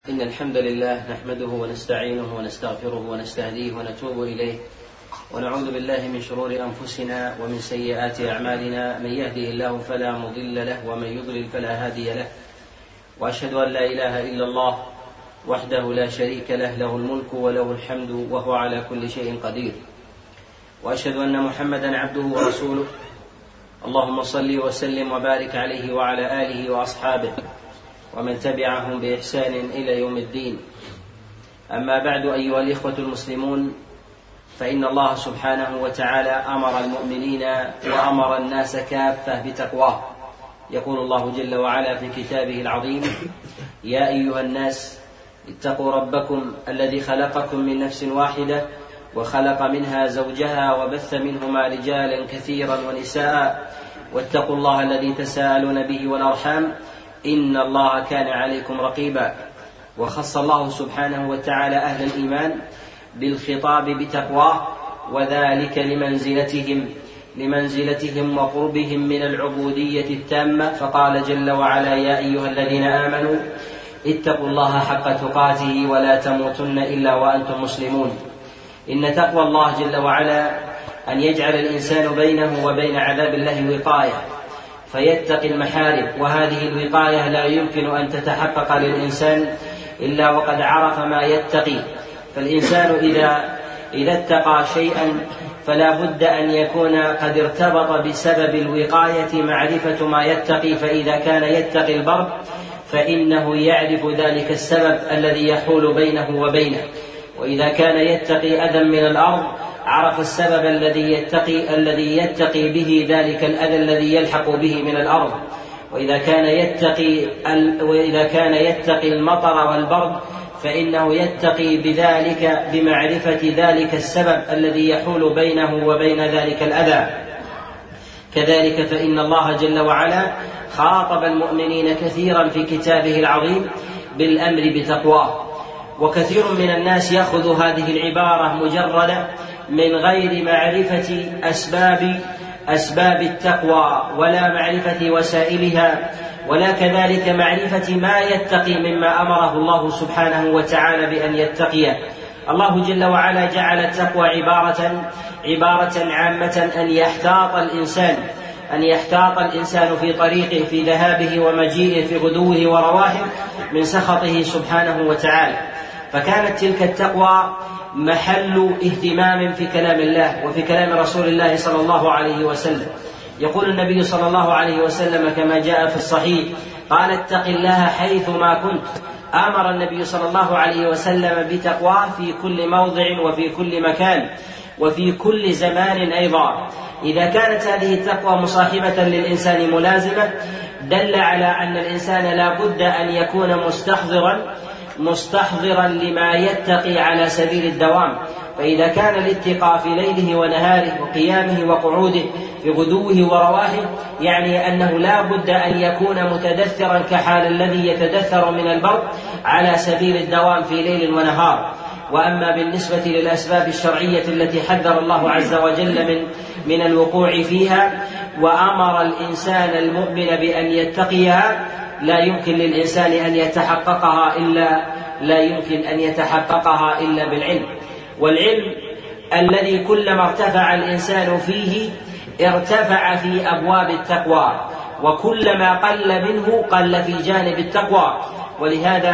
إن الحمد لله نحمده ونستعينه ونستغفره ونستهديه ونتوب إليه ونعوذ بالله من شرور أنفسنا ومن سيئات أعمالنا. من يهده الله فلا مضل له ومن يضلل فلا هادي له، وأشهد أن لا إله إلا الله وحده لا شريك له، له الملك وله الحمد وهو على كل شيء قدير، وأشهد أن محمدا عبده ورسوله. اللهم صل وسلم وبارك عليه وعلى آله وأصحابه ومن تبعهم بإحسان إلى يوم الدين. أما بعد، أيها الإخوة المسلمون، فإن الله سبحانه وتعالى أمر المؤمنين وأمر الناس كافة بتقواه. يقول الله جل وعلا في كتابه العظيم: يا أيها الناس اتقوا ربكم الذي خلقكم من نفس واحدة وخلق منها زوجها وبث منهما رجالا كثيرا ونساء واتقوا الله الذي تساءلون به والأرحام إن الله كان عليكم رقيبا. وخص الله سبحانه وتعالى أهل الإيمان بالخطاب بتقواه، وذلك لمنزلتهم وقربهم من العبودية التامة، فقال جل وعلا: يا أيها الذين آمنوا اتقوا الله حق تقاته ولا تموتن إلا وأنتم مسلمون. إن تقوى الله جل وعلا أن يجعل الإنسان بينه وبين عذاب الله وقاية فيتقي المحارم، وهذه الوقاية لا يمكن أن تتحقق للإنسان إلا وقد عرف ما يتقي. فالإنسان إذا اتقى شيئا فلا بد أن يكون قد ارتبط بسبب الوقاية معرفة ما يتقي. فإذا كان يتقي البرد فإنه يعرف ذلك السبب الذي يحول بينه وبينه، وإذا كان يتقي أذى من الأرض عرف السبب الذي يتقي به ذلك الأذى الذي يلحق به من الأرض. وإذا كان يتقي المطر والبرد فإنه يتقي بذلك بمعرفة ذلك السبب الذي يحول بينه وبين ذلك الأذى. كذلك فإن الله جل وعلا خاطب المؤمنين كثيرا في كتابه العظيم بالأمر بتقواه، وكثير من الناس يأخذ هذه العبارة مجردة من غير معرفة أسباب التقوى ولا معرفة وسائلها، ولا كذلك معرفة ما يتقي مما أمره الله سبحانه وتعالى بأن يتقيه. الله جل وعلا جعل التقوى عبارة عامة أن يحتاط الإنسان في طريقه، في ذهابه ومجيئه، في غدوه ورواحه من سخطه سبحانه وتعالى. فكانت تلك التقوى محل اهتمام في كلام الله وفي كلام رسول الله صلى الله عليه وسلم. يقول النبي صلى الله عليه وسلم كما جاء في الصحيح: قال: اتق الله حيث ما كنت. أمر النبي صلى الله عليه وسلم بتقواه في كل موضع وفي كل مكان وفي كل زمان أيضا. إذا كانت هذه التقوى مصاحبة للإنسان ملازمة، دل على أن الإنسان لا بد أن يكون مستحضرا لما يتقي على سبيل الدوام. فإذا كان الاتقاء في ليله ونهاره وقيامه وقعوده في غدوه ورواحه، يعني أنه لا بد أن يكون متدثرا كحال الذي يتدثر من البرد على سبيل الدوام في ليل ونهار. وأما بالنسبة للأسباب الشرعية التي حذر الله عز وجل من الوقوع فيها وأمر الإنسان المؤمن بأن يتقيها، لا يمكن للإنسان أن يتحققها إلا بالعلم. والعلم الذي كلما ارتفع الإنسان فيه ارتفع في أبواب التقوى، وكلما قل منه قل في جانب التقوى. ولهذا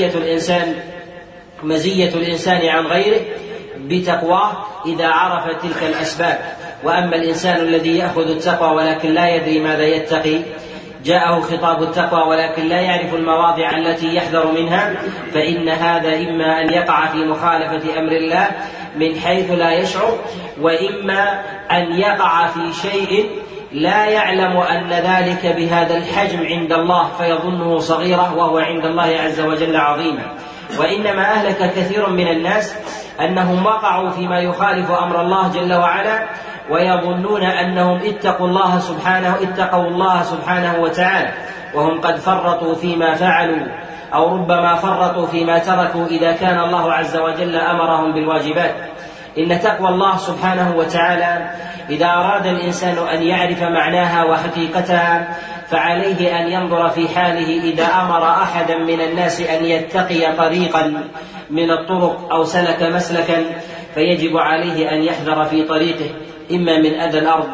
مزية الإنسان عن غيره بتقواه إذا عرف تلك الأسباب. وأما الإنسان الذي يأخذ التقوى ولكن لا يدري ماذا يتقي، جاءه خطاب التقوى ولكن لا يعرف المواضع التي يحذر منها، فإن هذا إما أن يقع في مخالفة أمر الله من حيث لا يشعر، وإما أن يقع في شيء لا يعلم أن ذلك بهذا الحجم عند الله فيظنه صغيرة وهو عند الله عز وجل عظيما. وإنما أهلك كثير من الناس أنهم وقعوا فيما يخالف أمر الله جل وعلا ويظنون أنهم اتقوا الله سبحانه وتعالى، وهم قد فرطوا فيما فعلوا أو ربما فرطوا فيما تركوا إذا كان الله عز وجل أمرهم بالواجبات. إن تقوى الله سبحانه وتعالى إذا أراد الإنسان أن يعرف معناها وحقيقتها فعليه أن ينظر في حاله إذا أمر أحدا من الناس أن يتقي طريقا من الطرق أو سلك مسلكا فيجب عليه أن يحذر في طريقه إما من أذى الأرض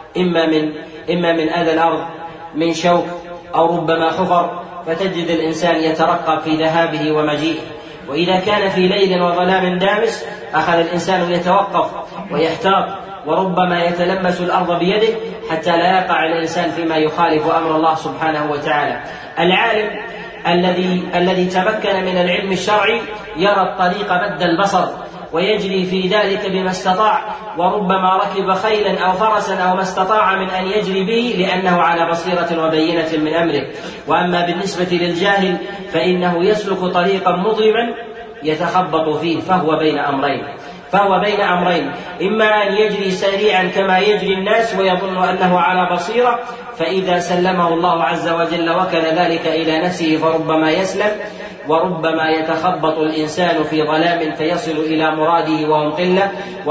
إما من أذى الأرض من شوك أو ربما حفر، فتجد الإنسان يترقب في ذهابه ومجيئه. وإذا كان في ليل وظلام دامس أخذ الإنسان يتوقف ويحتاط، وربما يتلمس الأرض بيده حتى لا يقع الإنسان فيما يخالف أمر الله سبحانه وتعالى. العالم الذي تمكن من العلم الشرعي يرى الطريق مد البصر ويجري في ذلك بما استطاع، وربما ركب خيلا أو فرسا أو ما استطاع من أن يجري به لأنه على بصيرة وبينة من أمره. وأما بالنسبة للجاهل فإنه يسلك طريقا مظلما يتخبط فيه، فهو بين أمرين، إما أن يجري سريعا كما يجري الناس ويظن أنه على بصيرة، فإذا سلمه الله عز وجل وكل ذلك إلى نفسه فربما يسلم، وربما يتخبط الإنسان في ظلام فيصل إلى مراده وهم قلة،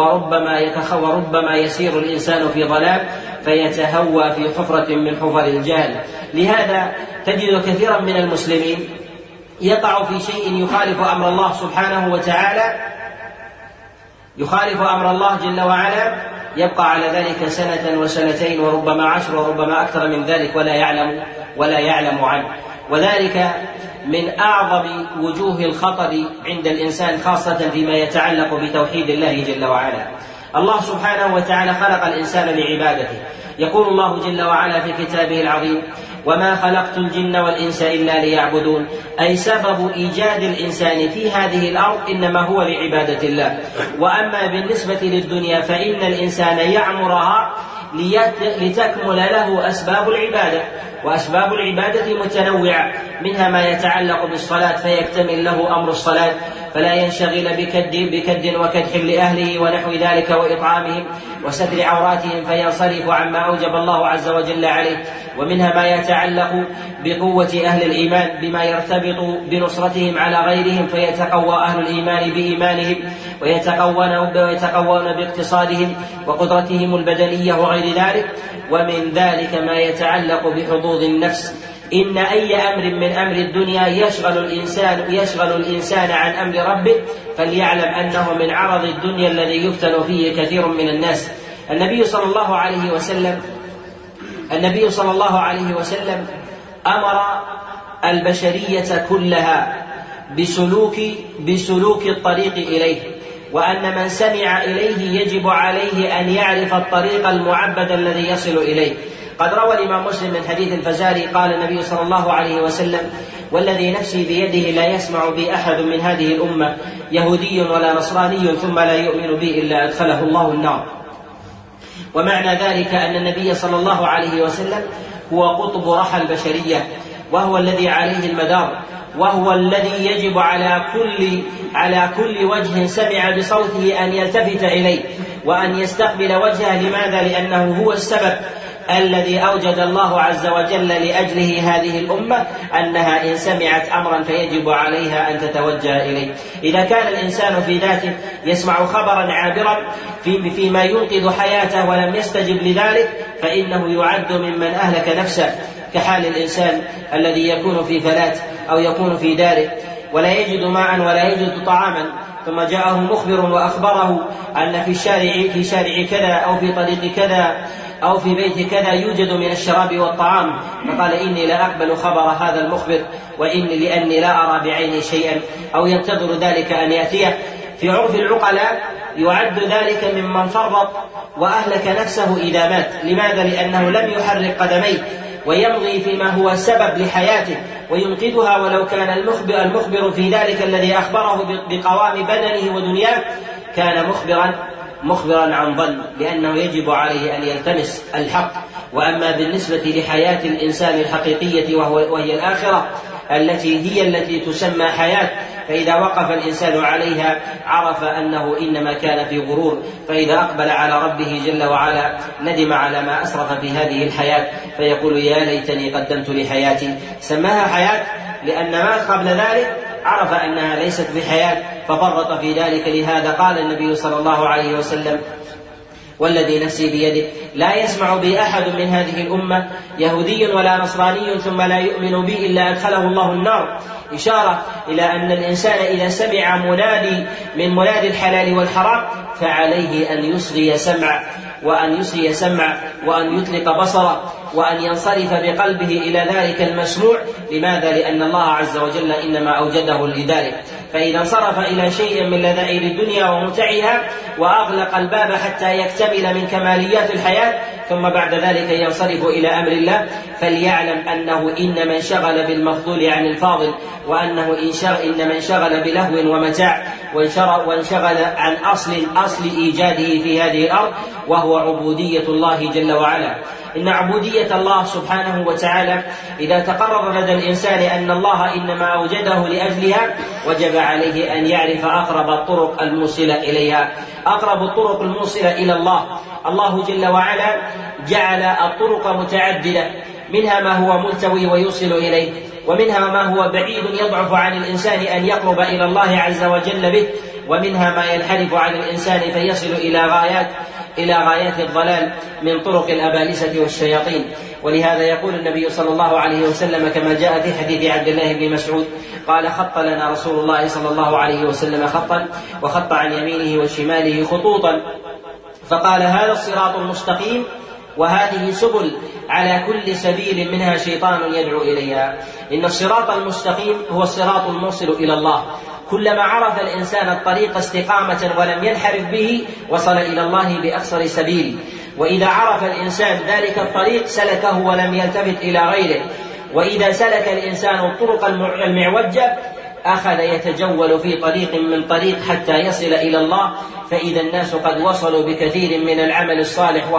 وربما يسير الإنسان في ظلام فيتهوى في حفرة من حفر الجهل. لهذا تجد كثيرا من المسلمين يقع في شيء يخالف أمر الله سبحانه وتعالى، يخالف أمر الله جل وعلا، يبقى على ذلك سنة وسنتين وربما 10 وربما أكثر من ذلك ولا يعلم عنه. وذلك من أعظم وجوه الخطر عند الإنسان، خاصة فيما يتعلق بتوحيد الله جل وعلا. الله سبحانه وتعالى خلق الإنسان لعبادته. يقول الله جل وعلا في كتابه العظيم: وما خلقت الجن والإنس إلا ليعبدون، أي سبب إيجاد الإنسان في هذه الأرض إنما هو لعبادة الله. وأما بالنسبة للدنيا فإن الإنسان يعمرها لتكمل له أسباب العبادة، وأسباب العبادة متنوعة، منها ما يتعلق بالصلاة فيكتمل له أمر الصلاة فلا ينشغل بكد وكدح لأهله ونحو ذلك وإطعامهم وستر عوراتهم فينصرف عما أوجب الله عز وجل عليه. ومنها ما يتعلق بقوة أهل الإيمان بما يرتبط بنصرتهم على غيرهم فيتقوى أهل الإيمان بإيمانهم ويتقوون باقتصادهم وقدرتهم البدنية وغير ذلك. ومن ذلك ما يتعلق بحظوظ النفس. إن أي أمر من أمر الدنيا يشغل الإنسان عن أمر ربه فليعلم أنه من عرض الدنيا الذي يفتن فيه كثير من الناس. النبي صلى الله عليه وسلم أمر البشرية كلها بسلوك الطريق إليه، وأن من سمع إليه يجب عليه أن يعرف الطريق المعبد الذي يصل إليه. قد روى الإمام مسلم من حديث الفزاري قال النبي صلى الله عليه وسلم: والذي نفسي بيده لا يسمع بي أحد من هذه الأمة يهودي ولا نصراني ثم لا يؤمن بي إلا أدخله الله النار. ومعنى ذلك أن النبي صلى الله عليه وسلم هو قطب رحى البشرية، وهو الذي عليه المدار، وهو الذي يجب على كل وجه سمع بصوته أن يلتفت إليه وأن يستقبل وجهه. لماذا؟ لأنه هو السبب الذي أوجد الله عز وجل لأجله هذه الأمة، أنها إن سمعت أمرا فيجب عليها أن تتوجه إليه. إذا كان الإنسان في ذاته يسمع خبرا عابرا فيما ينقذ حياته ولم يستجب لذلك فإنه يعد ممن أهلك نفسه، كحال الإنسان الذي يكون في فلاة أو يكون في داره ولا يجد ماء ولا يجد طعاما، ثم جاءه مخبر وأخبره أن في شارع كذا أو في طريق كذا أو في بيت كذا يوجد من الشراب والطعام، فقال: إني لا أقبل خبر هذا المخبر لأني لا أرى بعيني شيئا، أو ينتظر ذلك أن يأتيه. في عرف العقلاء يعد ذلك ممن فرط وأهلك نفسه إذا مات. لماذا؟ لأنه لم يحرك قدميه ويمضي فيما هو سبب لحياته وينقذها، ولو كان المخبر في ذلك الذي أخبره بقوام بدنه ودنياه كان مخبرا عن ظن، لأنه يجب عليه أن يلتمس الحق. وأما بالنسبة لحياة الإنسان الحقيقية وهي الآخرة التي تسمى حياة، فإذا وقف الإنسان عليها عرف أنه إنما كان في غرور، فإذا أقبل على ربه جل وعلا ندم على ما أسرف في هذه الحياة فيقول: يا ليتني قدمت لحياتي. سماها حياة لأن ما قبل ذلك عرف أنها ليست بحياة ففرط في ذلك. لهذا قال النبي صلى الله عليه وسلم: والذي نفسي بيده لا يسمع بي أحد من هذه الأمة يهودي ولا نصراني ثم لا يؤمن بي إلا أدخله الله النار، إشارة إلى أن الإنسان إذا سمع منادي من منادي الحلال والحرام فعليه أن يصغي سمع وأن يطلق بصره وأن ينصرف بقلبه إلى ذلك المسموع. لماذا؟ لأن الله عز وجل إنما أوجده لذلك. فإذا انصرف إلى شيء من لذائذ الدنيا ومتعها وأغلق الباب حتى يكتمل من كماليات الحياة ثم بعد ذلك ينصرف إلى أمر الله، فليعلم أنه إنما انشغل بالمفضول عن الفاضل، وأنه إنما انشغل بلهو ومتاع، وانشغل عن أصل إيجاده في هذه الأرض، وهو عبودية الله جل وعلا. إن عبودية الله سبحانه وتعالى إذا تقرر لدى الإنسان أن الله إنما أوجده لأجلها وجب عليه أن يعرف أقرب الطرق الموصلة إليها، أقرب الطرق الموصلة إلى الله. الله جل وعلا جعل الطرق متعددة، منها ما هو ملتوي ويوصل إليه، ومنها ما هو بعيد يضعف عن الإنسان أن يقرب إلى الله عز وجل به، ومنها ما ينحرف عن الإنسان فيصل إلى غايات الضلال من طرق الأبالسة والشياطين. ولهذا يقول النبي صلى الله عليه وسلم كما جاء في حديث عبد الله بن مسعود قال: خط لنا رسول الله صلى الله عليه وسلم خطا وخط عن يمينه وشماله خطوطا، فقال: هذا الصراط المستقيم وهذه سبل، على كل سبيل منها شيطان يدعو إليها. إن الصراط المستقيم هو الصراط الموصل إلى الله، كلما عرف الإنسان الطريق استقامة ولم ينحرف به وصل إلى الله بأقصر سبيل، وإذا عرف الإنسان ذلك الطريق سلكه ولم يلتفت إلى غيره. وإذا سلك الإنسان الطرق المعوجة أخذ يتجول في طريق من طريق حتى يصل إلى الله، فإذا الناس قد وصلوا بكثير من العمل الصالح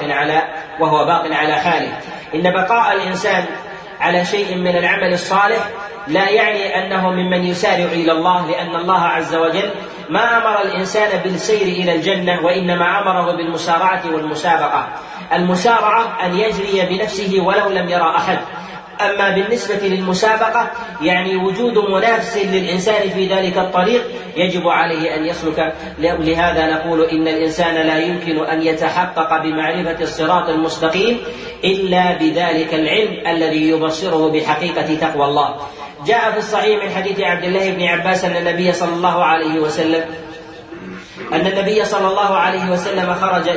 وهو باق على حاله. إن بقاء الإنسان على شيء من العمل الصالح لا يعني أنه ممن يسارع إلى الله، لأن الله عز وجل ما أمر الإنسان بالسير إلى الجنة، وإنما أمره بالمسارعة والمسابقة. المسارعة أن يجري بنفسه ولو لم يرى أحد، أما بالنسبة للمسابقة يعني وجود منافس للإنسان في ذلك الطريق يجب عليه أن يسلك. لهذا نقول إن الإنسان لا يمكن أن يتحقق بمعرفة الصراط المستقيم إلا بذلك العلم الذي يبصره بحقيقة تقوى الله. جاء في الصحيح من حديث عبد الله بن عباس أن النبي صلى الله عليه وسلم خرج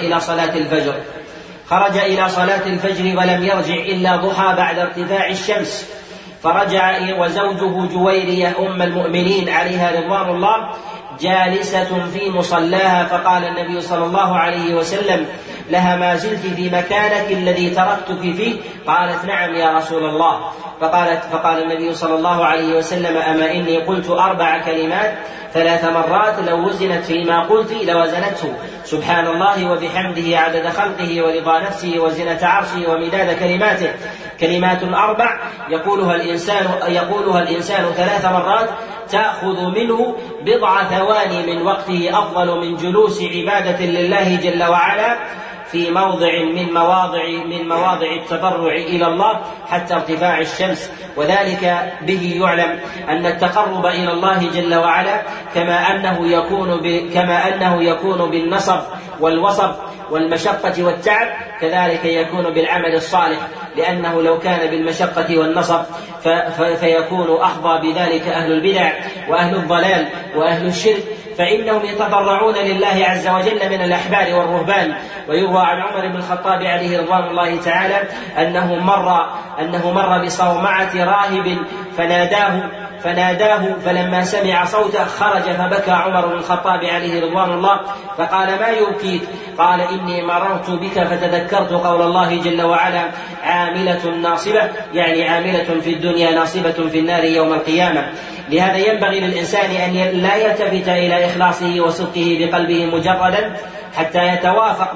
إلى صلاة الفجر ولم يرجع إلا ضحى بعد ارتفاع الشمس، فرجع وزوجه جويرية أم المؤمنين عليها رضوان الله جالسة في مصلاها، فقال النبي صلى الله عليه وسلم لها: ما زلت في مكانك الذي تركتك فيه؟ قالت: نعم يا رسول الله. فقال النبي صلى الله عليه وسلم: أما إني قلت 4 كلمات 3 مرات لو وزنت فيما قلت لوزنته، سبحان الله وبحمده عدد خلقه ورضا نفسه وزنة عرشه ومداد كلماته. كلمات 4 يقولها الإنسان 3 مرات تأخذ منه بضع ثواني من وقته، أفضل من جلوس عبادة لله جل وعلا في موضع من مواضع التضرع إلى الله حتى ارتفاع الشمس. وذلك به يعلم أن التقرب إلى الله جل وعلا كما أنه يكون بالنصب والوصب والمشقة والتعب، كذلك يكون بالعمل الصالح، لأنه لو كان بالمشقة والنصب فيكون أحظى بذلك أهل البدع وأهل الضلال وأهل الشرك، فإنهم يتضرعون لله عز وجل من الأحبار والرهبان. ويروى عن عمر بن الخطاب عليه رضوان الله تعالى أنه مر بصومعة راهب فناداه فلما سمع صوته خرج، فبكى عمر بن الخطاب عليه رضوان الله فقال: ما يبكيك؟ قال: إني مررت بك فتذكرت قول الله جل وعلا: عاملة ناصبة، يعني عاملة في الدنيا ناصبة في النار يوم القيامة. لهذا ينبغي للإنسان أن لا يلتفت إلى إخلاصه وصدقه بقلبه مجردا حتى يتوافق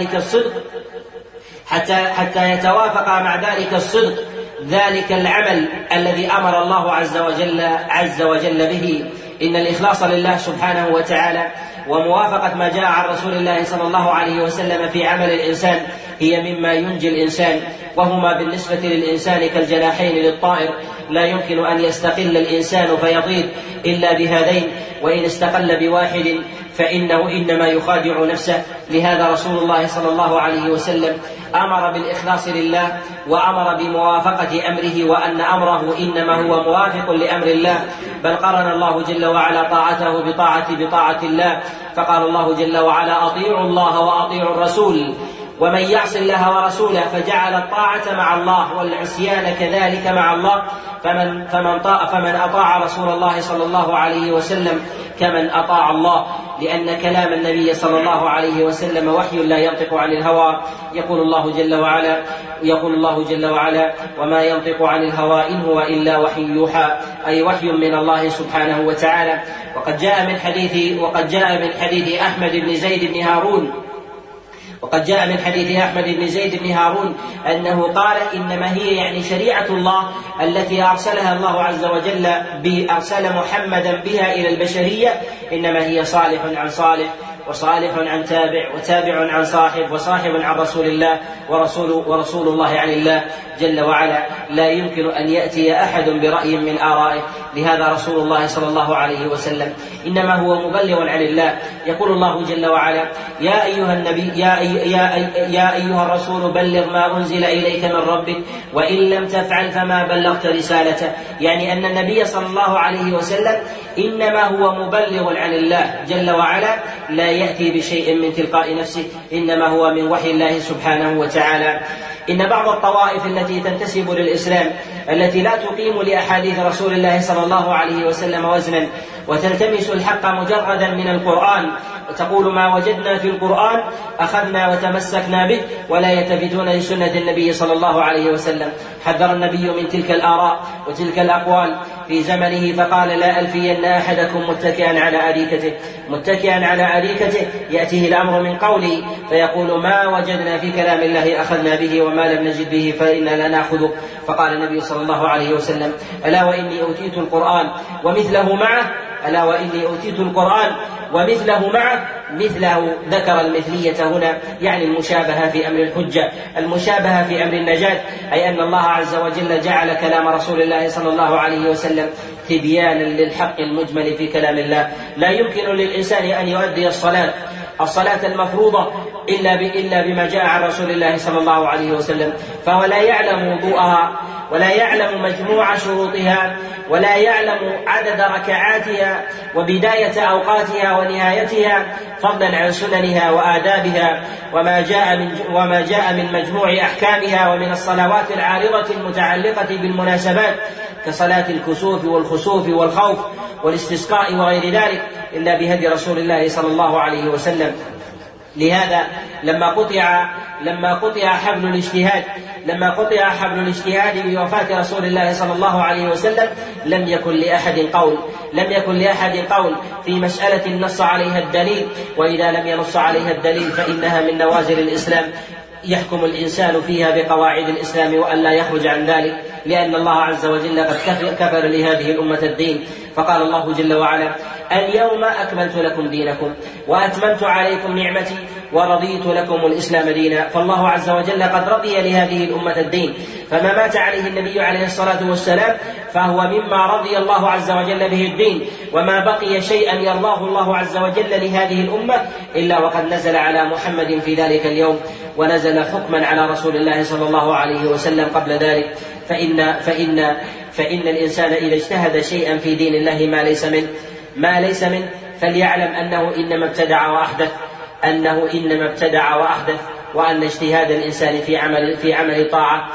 مع ذلك الصدق ذلك العمل الذي أمر الله عز وجل به. إن الإخلاص لله سبحانه وتعالى وموافقة ما جاء عن رسول الله صلى الله عليه وسلم في عمل الإنسان هي مما ينجي الإنسان، وهما بالنسبة للإنسان كالجناحين للطائر، لا يمكن أن يستقل الإنسان فيطير إلا بهذين. وإن استقل بواحد فإنه إنما يخادع نفسه. لهذا رسول الله صلى الله عليه وسلم أمر بالإخلاص لله وأمر بموافقة أمره، وأن أمره إنما هو موافق لأمر الله، بل قرن الله جل وعلا طاعته بطاعة الله، فقال الله جل وعلا: أطيعوا الله وأطيعوا الرسول، ومن يعص الله ورسوله فجعل الطاعة مع الله والعصيان كذلك مع الله، فمن أطاع رسول الله صلى الله عليه وسلم كمن أطاع الله، لأن كلام النبي صلى الله عليه وسلم وحي لا ينطق عن الهوى. يقول الله جل وعلا: وما ينطق عن الهوى إن هو إلا وحي يوحى، أي وحي من الله سبحانه وتعالى. وقد جاء من حديث أحمد بن زيد بن هارون أنه قال: إنما هي يعني شريعة الله التي أرسلها الله عز وجل أرسل محمدا بها إلى البشرية، إنما هي صالح عن صالح، وصالح عن تابع، وتابع عن صاحب، وصاحب عن رسول الله، ورسول الله عن الله جل وعلا. لا يمكن أن يأتي أحد برأي من آرائه. لهذا رسول الله صلى الله عليه وسلم إنما هو مبلغ عن الله. يقول الله جل وعلا: يا أيها النبي يا أيها الرسول بلغ ما أنزل إليك من ربك وإن لم تفعل فما بلغت رسالته. يعني أن النبي صلى الله عليه وسلم إنما هو مبلغ عن الله جل وعلا، لا يأتي بشيء من تلقاء نفسه، إنما هو من وحي الله سبحانه وتعالى. إن بعض الطوائف التي تنتسب للإسلام التي لا تقيم لأحاديث رسول الله صلى الله عليه وسلم وزنا، وتلتمس الحق مجردا من القرآن، وتقول: ما وجدنا في القرآن أخذنا وتمسكنا به، ولا يلتفتون لسنة النبي صلى الله عليه وسلم. حذر النبي من تلك الآراء وتلك الأقوال في زمنه، فقال: لا ألفين أحدكم متكئا على أريكته يأتيه الأمر من قولي فيقول: ما وجدنا في كلام الله أخذنا به، وما لم نجد به فإنا لا نأخذه. فقال النبي صلى الله عليه وسلم: ألا وإني أوتيت القرآن ومثله معه مثله. ذكر المثلية هنا يعني المشابهة في أمر الحجة، المشابهة في أمر النجاة، أي أن الله عز وجل جعل كلام رسول الله صلى الله عليه وسلم تبيانا للحق المجمل في كلام الله. لا يمكن للإنسان أن يؤدي الصلاة المفروضة إلا بما جاء عن رسول الله صلى الله عليه وسلم، فهو لا يعلم وضوءها، ولا يعلم مجموع شروطها، ولا يعلم عدد ركعاتها وبداية أوقاتها ونهايتها، فضلا عن سننها وآدابها وما جاء من مجموع أحكامها ومن الصلوات العارضة المتعلقة بالمناسبات كصلاة الكسوف والخسوف والخوف والاستسقاء وغير ذلك، إلا بهدي رسول الله صلى الله عليه وسلم. لهذا لما قطع حبل الاجتهاد بوفاة رسول الله صلى الله عليه وسلم، لم يكن لأحد قول في مسألة نص عليها الدليل، وإذا لم ينص عليها الدليل فإنها من نوازل الإسلام يحكم الإنسان فيها بقواعد الإسلام وأن لا يخرج عن ذلك، لأن الله عز وجل قد كفر لهذه الأمة الدين. فقال الله جل وعلا: اليوم أكملت لكم دينكم وأتممت عليكم نعمتي ورضيت لكم الإسلام دينا. فالله عز وجل قد رضي لهذه الأمة الدين، فما مات عليه النبي عليه الصلاة والسلام فهو مما رضي الله عز وجل به الدين، وما بقي شيئا يرضاه الله عز وجل لهذه الأمة إلا وقد نزل على محمد في ذلك اليوم، ونزل حكما على رسول الله صلى الله عليه وسلم قبل ذلك. فإن الإنسان إذا اجتهد شيئا في دين الله ما ليس منه فليعلم أنه إنما ابتدع وأحدث، وأن اجتهاد الإنسان في عمل طاعة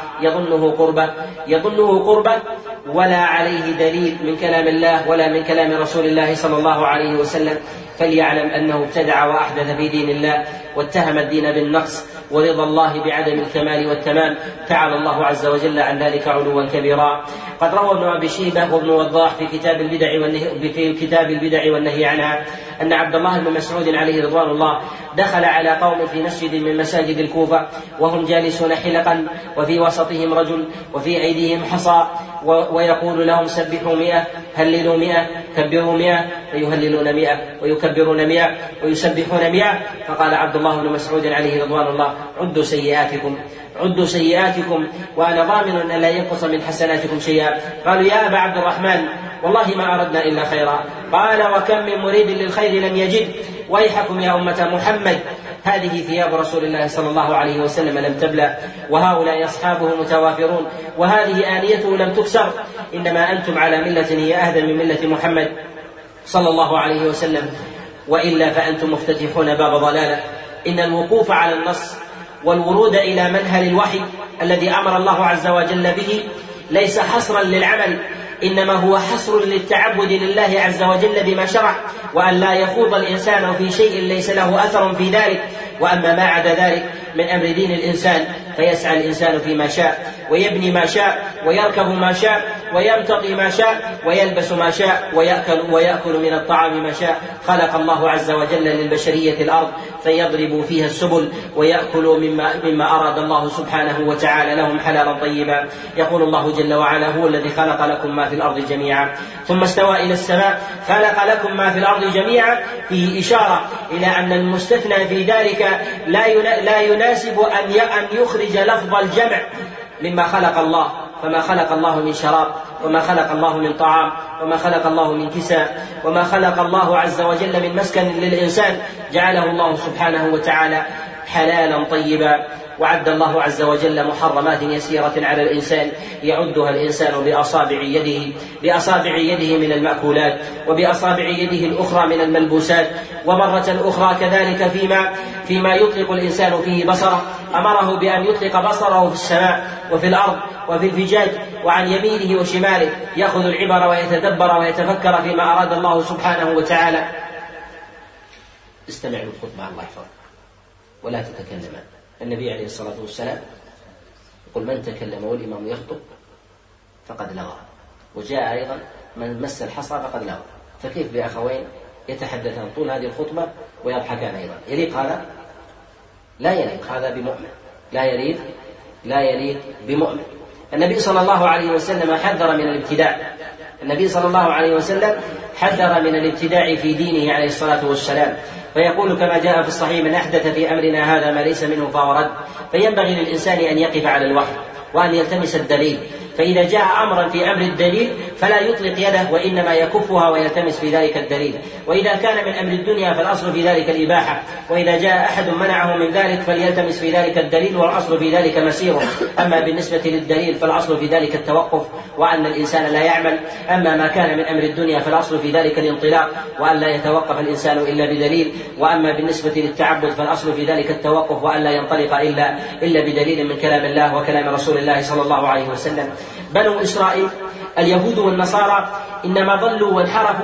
يظنه قربة ولا عليه دليل من كلام الله ولا من كلام رسول الله صلى الله عليه وسلم، فليعلم أنه ابتدع وأحدث في دين الله واتهم الدين بالنقص ورضا الله بعدم الكمال والتمام، تعالى الله عز وجل عن ذلك علوا كبيرا. قد روى ابن أبي شيبة وابن وضاح في كتاب البدع والنهي عنها أن عبد الله بن مسعود عليه رضوان الله دخل على قوم في مسجد من مساجد الكوفة وهم جالسون حلقا، وفي وسطهم رجل وفي أيديهم حصى، ويقول لهم: سبحوا 100، هللوا 100، كبروا 100، فيهللون 100 ويكبرون 100 ويسبحون 100. فقال عبد الله بن مسعود عليه رضوان الله: عدوا سيئاتكم وأنا ضامن أن لا ينقص من حسناتكم شيئا. قالوا: يا أبا عبد الرحمن، والله ما أردنا إلا خيرا. قال: وكم من مريد للخير لم يجد، ويحكم يا أمة محمد، هذه ثياب رسول الله صلى الله عليه وسلم لم تبلى، وهؤلاء أصحابه متوافرون، وهذه آنيته لم تكسر، إنما أنتم على ملة هي أهدى من ملة محمد صلى الله عليه وسلم، وإلا فأنتم مفتتحون باب ضلالة. إن الوقوف على النص والورود إلى منهل الوحي الذي أمر الله عز وجل به ليس حصرا للعمل، إنما هو حصر للتعبد لله عز وجل بما شرع، وأن لا يخوض الإنسان في شيء ليس له أثر في ذلك. وأما ما عدا ذلك من أمر دين الإنسان فيسعى الإنسان فيما شاء، ويبني ما شاء، ويركب ما شاء، ويمتطي ما شاء، ويلبس ما شاء، ويأكل من الطعام ما شاء. خلق الله عز وجل للبشرية الأرض فيضرب فيها السبل، ويأكلوا مما أراد الله سبحانه وتعالى لهم حلالا طيبا. يقول الله جل وعلا: هو الذي خلق لكم ما في الأرض جميعا ثم استوى إلى السماء خلق لكم ما في الأرض جميعا، فيه إشارة إلى أن المستثنى في ذلك لا يناسب أن يخرج لفظ الجمع مما خلق الله، فما خلق الله من شراب، وما خلق الله من طعام، وما خلق الله من كساء، وما خلق الله عز وجل من مسكن للإنسان، جعله الله سبحانه وتعالى حلالا طيبا. وعد الله عز وجل محرمات يسيرة على الإنسان يعدها الإنسان بأصابع يده من المأكولات، وبأصابع يده الأخرى من الملبوسات، ومرة أخرى كذلك فيما يطلق الإنسان فيه بصره، أمره بأن يطلق بصره في السماء وفي الأرض وفي الفجاج وعن يمينه وشماله، يأخذ العبر ويتدبر ويتفكر فيما أراد الله سبحانه وتعالى. استمعوا الخطبة الله يحفظك ولا تتكلما. النبي عليه الصلاة والسلام يقول: من تكلم والإمام يخطب فقد لغى، وجاء أيضا: من مس الحصى فقد لغى. فكيف بأخوين يتحدثان طول هذه الخطبة ويضحكان أيضا؟ يليق هذا؟ لا يليق هذا بمؤمن، لا يليق بمؤمن. النبي صلى الله عليه وسلم حذر من الابتداع، النبي صلى الله عليه وسلم حذر من الابتداع في دينه عليه الصلاة والسلام، فيقول كما جاء في الصحيح: من أحدث في أمرنا هذا ما ليس منه فهو رد. فينبغي للإنسان أن يقف على الوحي وأن يلتمس الدليل، فإذا جاء أمرا في أمر الدليل فلا يطلق يده، وإنما يكفها ويلتمس في ذلك الدليل. وإذا كان من أمر الدنيا فالأصل في ذلك الإباحة، وإذا جاء أحد منعه من ذلك فليلتمس في ذلك الدليل، والأصل في ذلك مسيره. أما بالنسبة للدليل فالأصل في ذلك التوقف وأن الإنسان لا يعمل. أما ما كان من أمر الدنيا فالأصل في ذلك الانطلاق وأن لا يتوقف الإنسان إلا بدليل. وأما بالنسبة للتعبد فالأصل في ذلك التوقف وأن لا ينطلق إلا بدليل من كلام الله وكلام رسول الله صلى الله عليه وسلم. بنو إسرائيل اليهود والنصارى إنما ضلوا وانحرفوا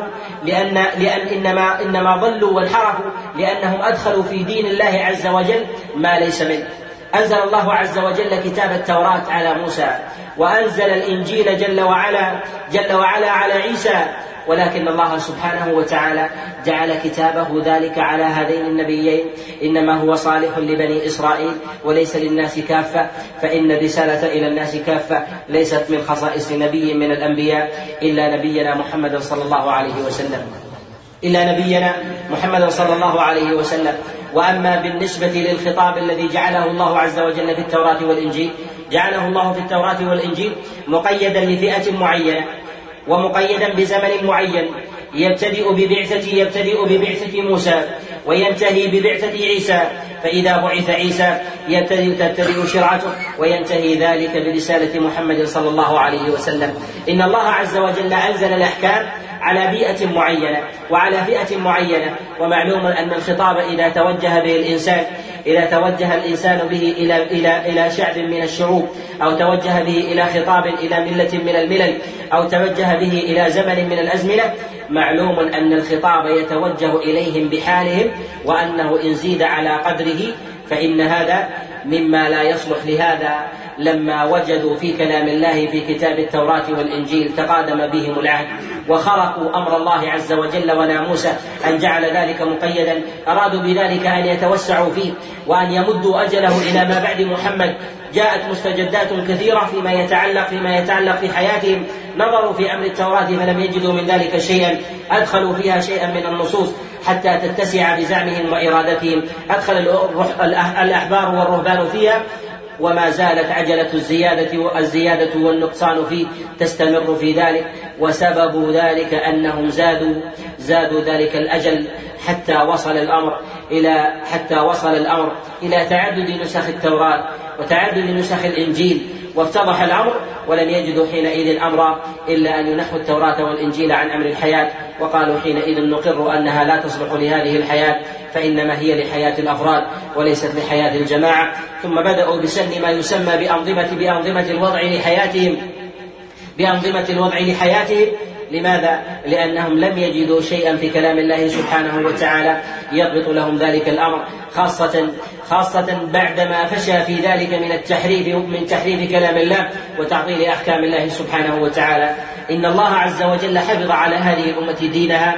إنما ضلوا وانحرفوا لأنهم أدخلوا في دين الله عز وجل ما ليس منه. أنزل الله عز وجل كتاب التوراة على موسى، وأنزل الإنجيل جل وعلا على عيسى، ولكن الله سبحانه وتعالى جعل كتابه ذلك على هذين النبيين إنما هو صالح لبني إسرائيل وليس للناس كافة، فإن الرسالة إلى الناس كافة ليست من خصائص نبي من الأنبياء إلا نبينا محمد صلى الله عليه وسلم. وأما بالنسبة للخطاب الذي جعله الله عز وجل في التوراة والإنجيل، جعله الله في التوراة والإنجيل مقيدا لفئة معينة ومقيدا بزمن معين، يبتدئ ببعثة موسى وينتهي ببعثة عيسى، فإذا بعث عيسى تبتدئ شرعته وينتهي ذلك برسالة محمد صلى الله عليه وسلم. إن الله عز وجل أنزل الأحكام على بيئة معينة وعلى فئة معينة، ومعلوم أن الخطاب إذا توجه الإنسان به إلى شعب من الشعوب، أو توجه به إلى خطاب إلى ملة من الملل، أو توجه به إلى زمن من الأزمنة، معلوم أن الخطاب يتوجه إليهم بحالهم، وأنه إن زيد على قدره فإن هذا مما لا يصلح لهذا. لما وجدوا في كلام الله في كتاب التوراة والإنجيل تقادم بهم العهد وخرقوا أمر الله عز وجل وناموسه أن جعل ذلك مقيدا، أرادوا بذلك أن يتوسعوا فيه وأن يمدوا أجله إلى ما بعد محمد. جاءت مستجدات كثيرة فيما يتعلق في حياتهم، نظروا في أمر التوراة فلم يجدوا من ذلك شيئا، أدخلوا فيها شيئا من النصوص حتى تتسع بزعمهم وإرادتهم، أدخل الأحبار والرهبان فيها وما زالت عجلة الزيادة والنقصان فيه تستمر في ذلك، وسبب ذلك أنهم زادوا ذلك الأجل حتى وصل الأمر إلى تعدد نسخ التوراة وتعدد نسخ الإنجيل، وافتضح الأمر ولم يجدوا حينئذ أمرا إلا أن ينحوا التوراة والإنجيل عن أمر الحياة، وقالوا حينئذ نقر أنها لا تصلح لهذه الحياة، فإنما هي لحياة الأفراد وليست لحياة الجماعة. ثم بدأوا بسن ما يسمى بأنظمة الوضع لحياتهم. لماذا؟ لأنهم لم يجدوا شيئا في كلام الله سبحانه وتعالى يضبط لهم ذلك الأمر، خاصة بعدما فشى في ذلك من تحريف كلام الله وتعطيل أحكام الله سبحانه وتعالى. إن الله عز وجل حفظ على هذه الأمة دينها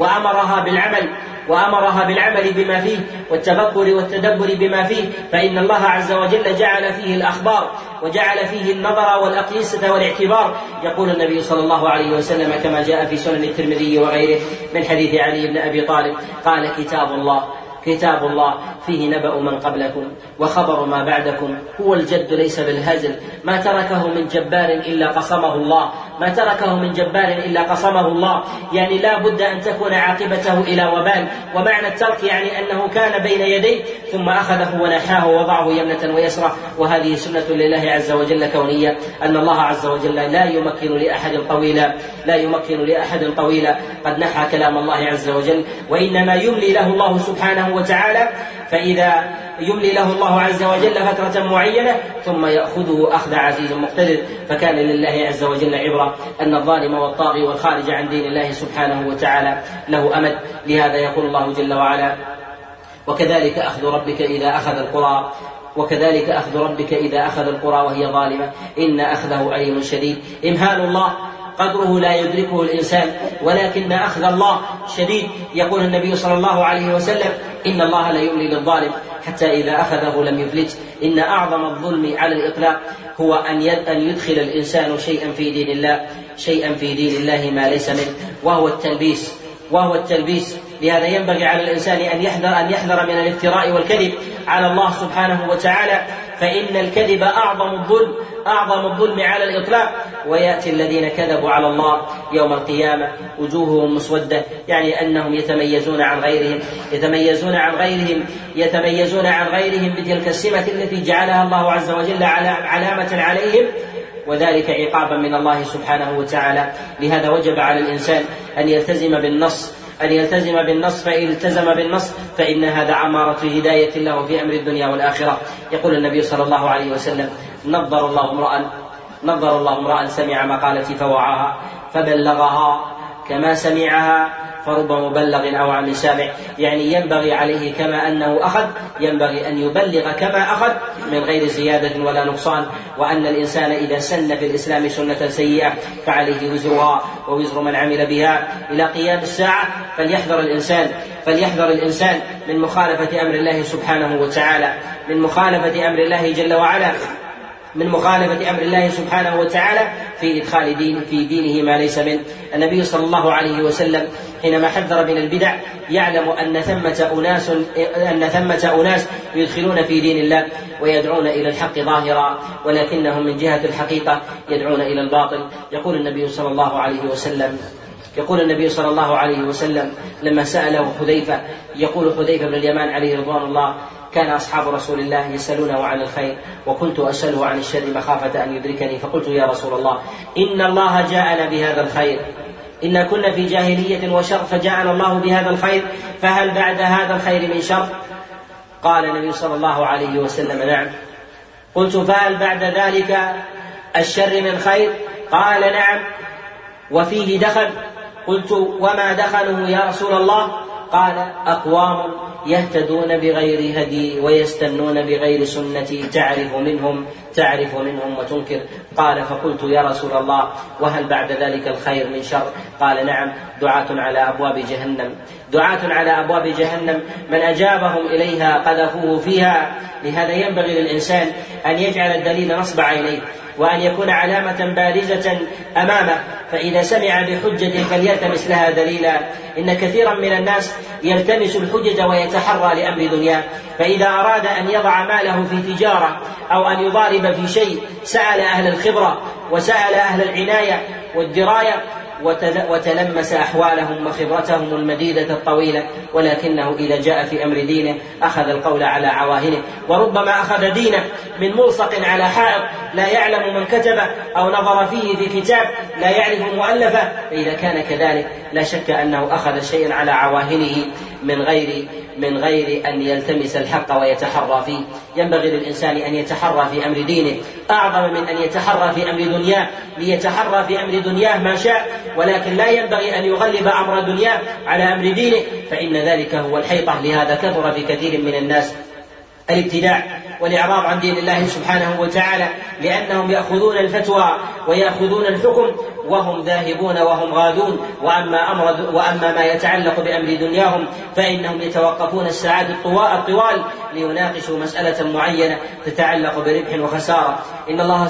وأمرها بالعمل بما فيه والتفكر والتدبر بما فيه، فإن الله عز وجل جعل فيه الأخبار وجعل فيه النظر والأقيسة والاعتبار. يقول النبي صلى الله عليه وسلم كما جاء في سنن الترمذي وغيره من حديث علي بن أبي طالب قال: كتاب الله فيه نبأ من قبلكم وخبر ما بعدكم، هو الجد ليس بالهزل، ما تركه من جبار إلا قصمه الله. يعني لا بد أن تكون عاقبته إلى وبال، ومعنى الترك يعني أنه كان بين يديه ثم أخذه ونحاه ووضعه يمنة ويسرى، وهذه سنة لله عز وجل كونية، أن الله عز وجل لا يمكن لأحد طويلا قد نحى كلام الله عز وجل، وإنما يملي له الله سبحانه وتعالى، فإذا يملي له الله عز وجل فترة معينة ثم يأخذه أخذ عزيز مقتدر. فكان لله عز وجل عبرة أن الظالم والطاغي والخارج عن دين الله سبحانه وتعالى له أمد. لهذا يقول الله جل وعلا: وكذلك أخذ ربك إذا أخذ القرى وهي ظالمة إن أخذه أليم شديد. إمهال الله قدره لا يدركه الإنسان، ولكن أخذ الله شديد. يقول النبي صلى الله عليه وسلم: إن الله لا يملي للظالم حتى إذا أخذه لم يفلت. إن أعظم الظلم على الإطلاق هو أن يدخل الإنسان شيئا في دين الله ما ليس منه، وهو التلبيس. لهذا ينبغي على الإنسان أن يحذر من الافتراء والكذب على الله سبحانه وتعالى، فإن الكذب أعظم الظلم على الإطلاق. ويأتي الذين كذبوا على الله يوم القيامة وجوههم مسودة، يعني أنهم يتميزون عن غيرهم بتلك السمة التي جعلها الله عز وجل علامة عليهم، وذلك عقابا من الله سبحانه وتعالى. لهذا وجب على الإنسان أن يلتزم بالنص، فإن التزم بالنص فإن هذا عمارة هداية له في أمر الدنيا والآخرة. يقول النبي صلى الله عليه وسلم: نظر الله امرأ سمع مقالتي فوعاها فبلغها كما سمعها، فرب مبلغ أو عن سامع. يعني ينبغي عليه كما أنه أخذ ينبغي أن يبلغ كما أخذ من غير زيادة ولا نقصان. وأن الإنسان إذا سن في الإسلام سنة سيئة فعليه وزرها ووزر من عمل بها إلى قيام الساعة. فليحذر الإنسان من مخالفة أمر الله سبحانه وتعالى، من مخالفة أمر الله جل وعلا، من مخالفة أمر الله سبحانه وتعالى في إدخال في دينه ما ليس منه. النبي صلى الله عليه وسلم حينما حذر من البدع يعلم أن ثمة أناس يدخلون في دين الله ويدعون إلى الحق ظاهرا، ولكنهم من جهة الحقيقة يدعون إلى الباطل. يقول النبي صلى الله عليه وسلم لما سأله حذيفة، يقول حذيفة بن اليمان عليه رضوان الله: كان أصحاب رسول الله يسألونه عن الخير وكنت أسأله عن الشر مخافة أن يدركني، فقلت: يا رسول الله، إن الله جاءنا بهذا الخير، إن كنا في جاهلية وشر فجاءنا الله بهذا الخير، فهل بعد هذا الخير من شر؟ قال النبي صلى الله عليه وسلم: نعم. قلت: فهل بعد ذلك الشر من خير؟ قال: نعم، وفيه دخل. قلت: وما دخله يا رسول الله؟ قال: أقوام يهتدون بغير هدي ويستنون بغير سنتي تعرف منهم وتنكر. قال: فقلت: يا رسول الله، وهل بعد ذلك الخير من شر؟ قال: نعم، دعاة على أبواب جهنم من أجابهم إليها قذفوه فيها. لهذا ينبغي للإنسان أن يجعل الدليل نصب عينيه، وأن يكون علامة بارزة أمامه، فإذا سمع بحجة فليلتمس لها دليلا. إن كثيرا من الناس يلتمس الحجج ويتحرى لأمر دنياه، فإذا أراد أن يضع ماله في تجارة أو أن يضارب في شيء سأل أهل الخبرة وسأل أهل العناية والدراية وتلمس أحوالهم وخبرتهم المديدة الطويلة، ولكنه إذا جاء في أمر دينه أخذ القول على عواهنه، وربما أخذ دينه من ملصق على حائط لا يعلم من كتبه أو نظر فيه في كتاب لا يعرف مؤلفه. فإذا كان كذلك لا شك أنه أخذ شيئا على عواهنه من غير أن يلتمس الحق ويتحرى فيه. ينبغي للإنسان أن يتحرى في أمر دينه أعظم من أن يتحرى في أمر دنياه، ليتحرى في أمر دنياه ما شاء، ولكن لا ينبغي أن يغلب أمر دنياه على أمر دينه، فإن ذلك هو الحيطة. لهذا كثر في كثير من الناس الابتداع والإعراض عن دين الله سبحانه وتعالى، لأنهم يأخذون الفتوى ويأخذون الحكم وهم ذاهبون وهم غادون، وأما ما يتعلق بأمر دنياهم فإنهم يتوقفون الساعات الطوال ليناقشوا مسألة معينة تتعلق بربح وخسارة. إن الله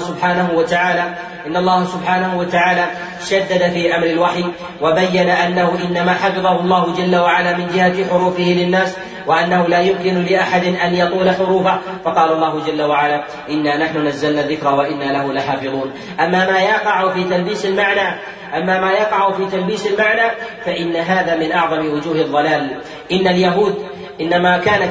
سبحانه وتعالى شدد في أمر الوحي وبين أنه إنما حفظه الله جل وعلا من جهة حروفه للناس، وأنه لا يمكن لأحد أن يطول حروفه، فقال الله جل وعلا إنا نحن نزلنا الذكر وإنا له لحافظون. أما ما يقع في تلبيس المعنى فإن هذا من أعظم وجوه الضلال. إن اليهود إنما كان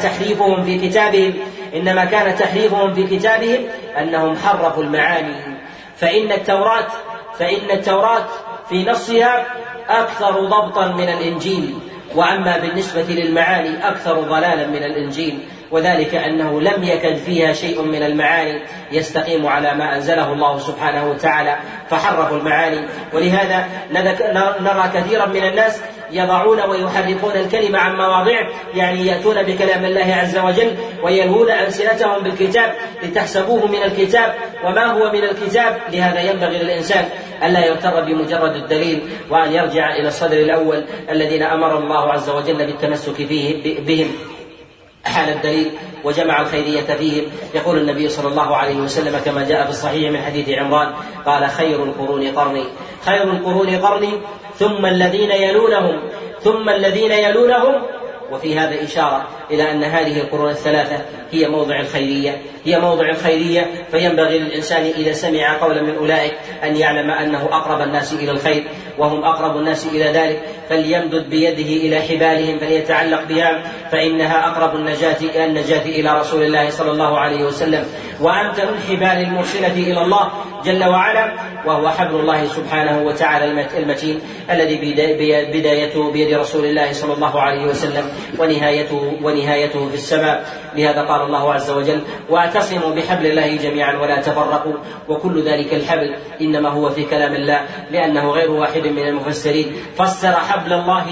تحريفهم في كتابهم أنهم حرفوا المعاني، فإن التوراة في نصها أكثر ضبطا من الإنجيل، وأما بالنسبة للمعاني أكثر ضلالا من الإنجيل، وذلك أنه لم يكد فيها شيء من المعاني يستقيم على ما أنزله الله سبحانه وتعالى، فحرفوا المعاني. ولهذا نرى كثيرا من الناس يضعون ويحرفون الكلمة عن مواضعه، يعني يأتون بكلام الله عز وجل ويلهون ألسنتهم بالكتاب لتحسبوه من الكتاب وما هو من الكتاب. لهذا ينبغي للإنسان ألا يغتر بمجرد الدليل، وأن يرجع إلى الصدر الأول الذين أمر الله عز وجل بالتمسك بهم حال الدليل وجمع الخيرية فيهم. يقول النبي صلى الله عليه وسلم كما جاء في الصحيح من حديث عمران قال خير القرون قرني ثم الذين يلونهم. وفي هذا إشارة إلى أن هذه القرون الثلاثة هي موضع الخيرية، فينبغي للإنسان إذا سمع قولا من أولئك أن يعلم أنه أقرب الناس إلى الخير وهم أقرب الناس إلى ذلك، فليمدد بيده إلى حبالهم فليتعلق بها، فإنها أقرب النجاة إلى رسول الله صلى الله عليه وسلم، وأمتن الحبال المرسلة إلى الله جل وعلا، وهو حبل الله سبحانه وتعالى المتين الذي بدايته بيد رسول الله صلى الله عليه وسلم ونهايته في السماء. لهذا قال الله عز وجل واعتصموا بحبل الله جميعا ولا تفرقوا، وكل ذلك الحبل إنما هو في كلام الله، لأنه غير واحد من المفسرين فسر حبل الله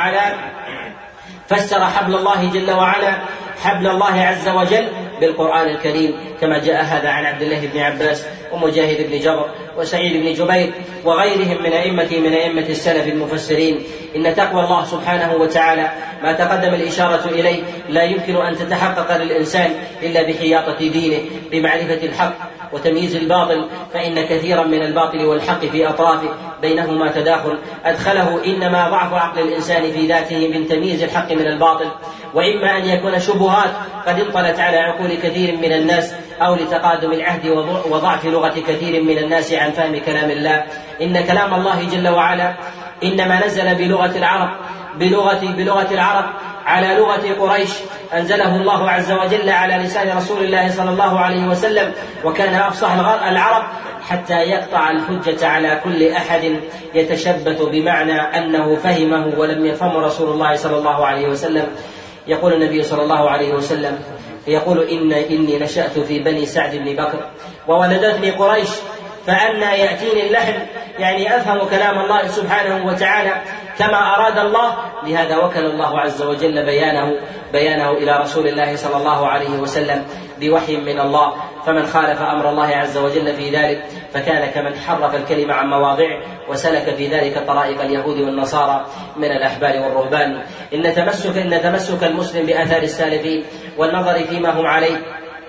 جل وعلا حبل الله عز وجل بالقرآن الكريم، كما جاء هذا عن عبد الله بن عباس ومجاهد بن جبر وسعيد بن جبير وغيرهم من أئمة السلف المفسرين. إن تقوى الله سبحانه وتعالى ما تقدم الإشارة إليه لا يمكن أن تتحقق للإنسان إلا بحياطة دينه بمعرفة الحق وتمييز الباطل، فإن كثيرا من الباطل والحق في أطرافه بينهما تداخل أدخله إنما ضعف عقل الإنسان في ذاته من تمييز الحق من الباطل، وإما أن يكون شبهات قد انطلت على عقول كثير من الناس، أو لتقادم العهد وضعف لغة كثير من الناس عن فهم كلام الله. إن كلام الله جل وعلا إنما نزل بلغة العرب على لغة قريش، أنزله الله عز وجل على لسان رسول الله صلى الله عليه وسلم، وكان أفصح العرب حتى يقطع الحجة على كل أحد يتشبث بمعنى أنه فهمه ولم يفهم رسول الله صلى الله عليه وسلم. يقول النبي صلى الله عليه وسلم يقول إني نشأت في بني سعد بن بكر وولدتني قريش فأنى يأتيني اللحم، يعني أفهم كلام الله سبحانه وتعالى كما أراد الله. لهذا وكل الله عز وجل بيانه إلى رسول الله صلى الله عليه وسلم بوحي من الله، فمن خالف أمر الله عز وجل في ذلك فكان كمن حرف الكلمة عن مواضعه وسلك في ذلك طرائق اليهود والنصارى من الأحبار والرهبان. إن تمسك المسلم بآثار السالفين والنظر فيما هم عليه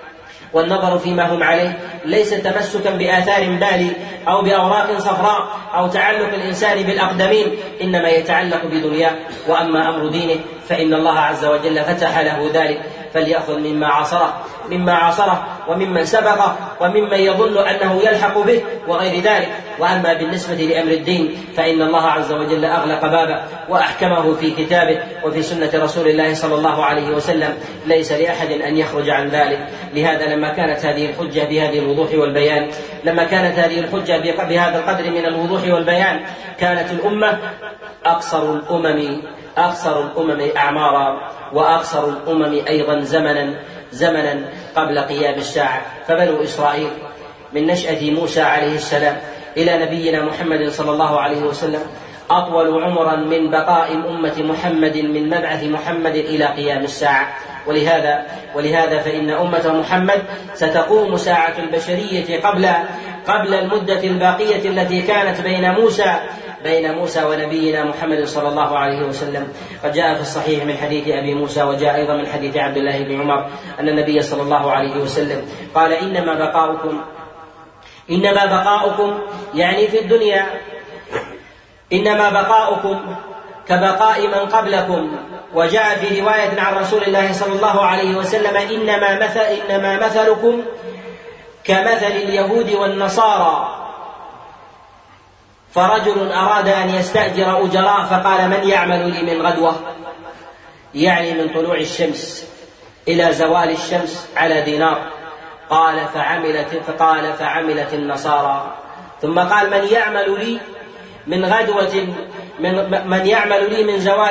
والنظر فيما هم عليه ليس تمسكا بآثار بالي أو بأوراق صفراء أو تعلق الإنسان بالأقدمين، إنما يتعلق بدنياه. وأما أمر دينه فإن الله عز وجل فتح له ذلك، فليأخذ مما عصره وممن سبقه وممن يظن أنه يلحق به وغير ذلك. وأما بالنسبة لأمر الدين فإن الله عز وجل أغلق بابه وأحكمه في كتابه وفي سنة رسول الله صلى الله عليه وسلم، ليس لأحد أن يخرج عن ذلك. لهذا لما كانت هذه الحجة بهذه الوضوح والبيان، لما كانت هذه الحجة بهذا القدر من الوضوح والبيان، كانت الأمة أقصر الأمم أعمارا وأقصر الأمم أيضا زمنا قبل قيام الساعة. فبنو إسرائيل من نشأة موسى عليه السلام إلى نبينا محمد صلى الله عليه وسلم أطول عمرا من بقاء أمة محمد من مبعث محمد إلى قيام الساعة. ولهذا فإن أمة محمد ستقوم ساعة البشرية قبل المدة الباقية التي كانت بين موسى ونبينا محمد صلى الله عليه وسلم. قد جاء في الصحيح من حديث أبي موسى، وجاء أيضا من حديث عبد الله بن عمر أن النبي صلى الله عليه وسلم قال: إنما بقاؤكم يعني في الدنيا، إنما بقاؤكم كبقاء من قبلكم. وجاء في رواية عن رسول الله صلى الله عليه وسلم: إنما مثلكم كمثل اليهود والنصارى. فرجل أراد أن يستأجر أجراء فقال: من يعمل لي من غدوة، يعني من طلوع الشمس إلى زوال الشمس على دينار. قال فعملت النصارى. ثم قال: من يعمل لي من غدوة من يعمل لي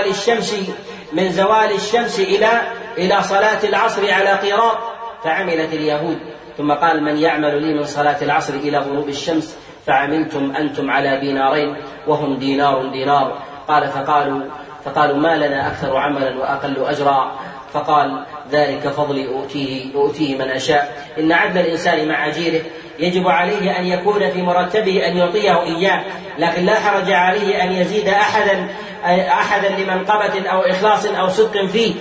من زوال الشمس إلى صلاة العصر على قيراط، فعملت اليهود. ثم قال: من يعمل لي من صلاة العصر إلى غروب الشمس، فعملتم أنتم على دينارين وهم دينار. قال فقالوا: ما لنا أكثر عملا وأقل أجرا. فقال: ذلك فضلي أؤتيه من أشاء. إن عدل الإنسان مع أجيره يجب عليه أن يكون في مرتبه أن يعطيه إياه، لكن لا حرج عليه أن يزيد أحدا لمنقبة أو إخلاص أو صدق فيه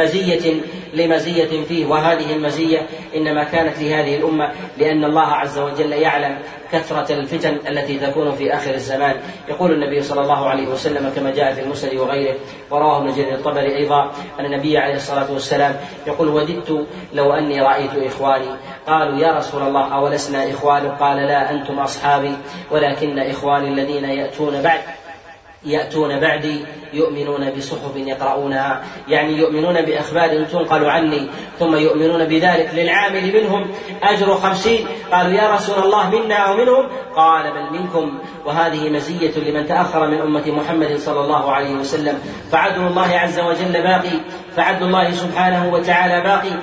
لمزية فيه. وهذه المزية إنما كانت لهذه الأمة لأن الله عز وجل يعلم كثرة الفتن التي تكون في آخر الزمان. يقول النبي صلى الله عليه وسلم كما جاء في المسند وغيره، وراه ابن جرير الطبري أيضا، أن النبي عليه الصلاة والسلام يقول: وددت لو أني رأيت إخواني. قالوا: يا رسول الله أولسنا إخوانك؟ قال: لا، أنتم أصحابي، ولكن إخواني الذين يأتون بعدي يؤمنون بصحف يقرؤونها، يعني يؤمنون بأخبار تنقل عني، ثم يؤمنون بذلك للعامل منهم أجر 50. قالوا: يا رسول الله منا أو منهم؟ قال: بل منكم. وهذه مزية لمن تأخر من أمة محمد صلى الله عليه وسلم. فعدل الله عز وجل باقي، فعدل الله سبحانه وتعالى باقي.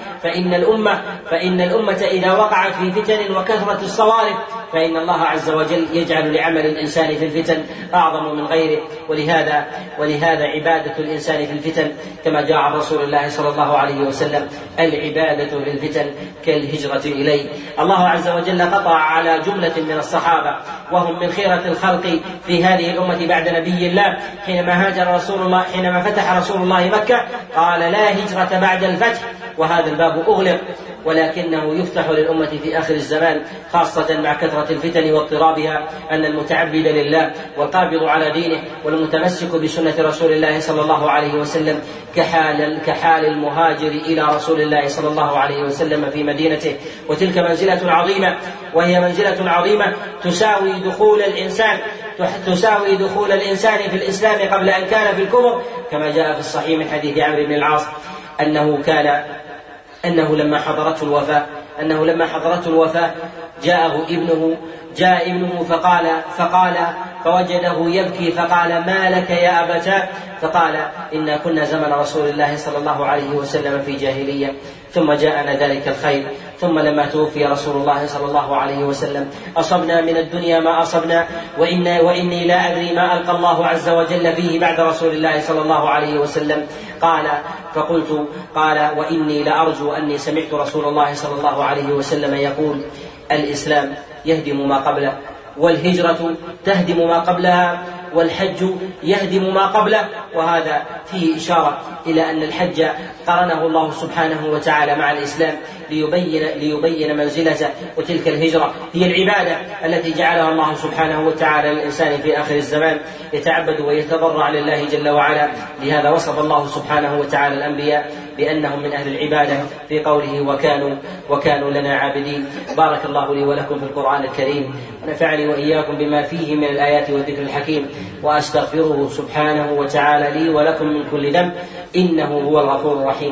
فإن الأمة إذا وقعت في فتن وكثرة الصوارف فإن الله عز وجل يجعل لعمل الإنسان في الفتن أعظم من غيره. ولهذا عبادة الإنسان في الفتن كما جاء عن رسول الله صلى الله عليه وسلم: العبادة في الفتن كالهجرة إليه. الله عز وجل قطع على جملة من الصحابة وهم من خيرة الخلق في هذه الأمة بعد نبي الله، حينما فتح رسول الله مكة قال: لا هجرة بعد الفتح، وهذا الباب أغلق، ولكنه يفتح للأمة في آخر الزمان، خاصة مع كثرة الفتن واضطرابها، أن المتعبد لله والقابض على دينه والمتمسك بسنة رسول الله صلى الله عليه وسلم كحال المهاجر إلى رسول الله صلى الله عليه وسلم في مدينته. وتلك منزلة عظيمة، وهي منزلة عظيمة تساوي دخول الإنسان في الإسلام قبل أن كان في الكفر، كما جاء في الصحيح من حديث عمرو بن العاص أنه لما حضرته الوفاة جاء ابنه فوجده يبكي، فقال: ما لك يا أبتاه؟ فقال: إنا كنا زمن رسول الله صلى الله عليه وسلم في جاهلية، ثم جاءنا ذلك الخير، ثم لما توفي رسول الله صلى الله عليه وسلم أصبنا من الدنيا ما أصبنا، وإني لا أدري ما ألقى الله عز وجل فيه بعد رسول الله صلى الله عليه وسلم. قال: وإني لأرجو أني سمعت رسول الله صلى الله عليه وسلم يقول: الإسلام يهدم ما قبله، والهجرة تهدم ما قبلها، والحج يهدم ما قبله. وهذا فيه إشارة إلى أن الحج قرنه الله سبحانه وتعالى مع الإسلام ليبين منزلته، وتلك الهجرة هي العبادة التي جعلها الله سبحانه وتعالى للإنسان في آخر الزمان يتعبد ويتضرع لله جل وعلا. لهذا وصف الله سبحانه وتعالى الأنبياء بأنهم من أهل العبادة في قوله وكانوا لنا عابدين. بارك الله لي ولكم في القرآن الكريم، ونفعني وإياكم بما فيه من الآيات والذكر الحكيم، وأستغفره سبحانه وتعالى لي ولكم من كل ذنب إنه هو الغفور الرحيم.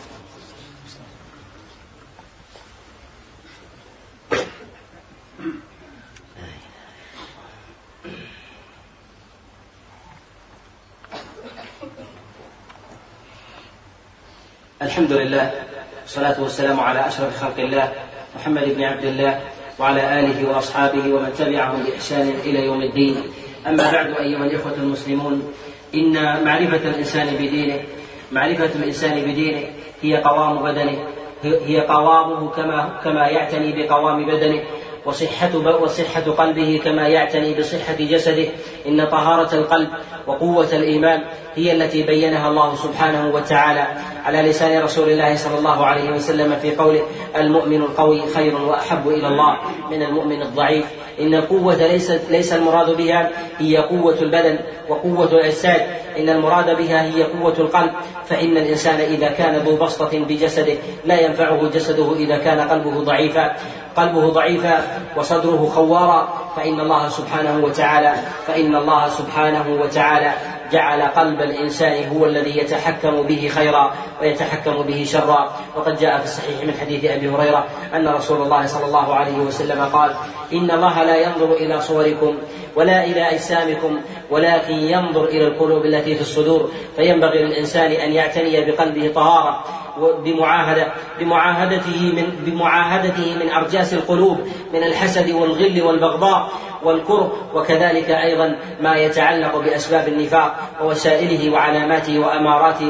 الحمد لله والصلاة والسلام على أشرف خلق الله محمد بن عبد الله وعلى آله وأصحابه ومن تبعهم بإحسان إلى يوم الدين. أما بعد، أيها الإخوة المسلمون، إن معرفة الإنسان بدينه هي قوام بدنه، هي قوامه كما يعتني بقوام بدنه، وصحة قلبه كما يعتني بصحة جسده. إن طهارة القلب وقوة الإيمان هي التي بينها الله سبحانه وتعالى على لسان رسول الله صلى الله عليه وسلم في قوله: المؤمن القوي خير وأحب إلى الله من المؤمن الضعيف. إن القوة ليس المراد بها هي قوة البدن وقوة الأجساد، إن المراد بها هي قوة القلب. فإن الإنسان إذا كان ذو بسطة بجسده لا ينفعه جسده إذا كان قلبه ضعيفا وصدره خوارا، فإن الله سبحانه وتعالى جعل قلب الإنسان هو الذي يتحكم به خيرا ويتحكم به شرا. وقد جاء في الصحيح من حديث أبي هريرة أن رسول الله صلى الله عليه وسلم قال: إن الله لا ينظر إلى صوركم ولا إلى أجسامكم ولكن ينظر إلى القلوب التي في الصدور. فينبغي للإنسان أن يعتني بقلبه طهارة بمعاهدته من أرجاس القلوب من الحسد والغل والبغضاء والكره، وكذلك أيضا ما يتعلق بأسباب النفاق ووسائله وعلاماته وأماراته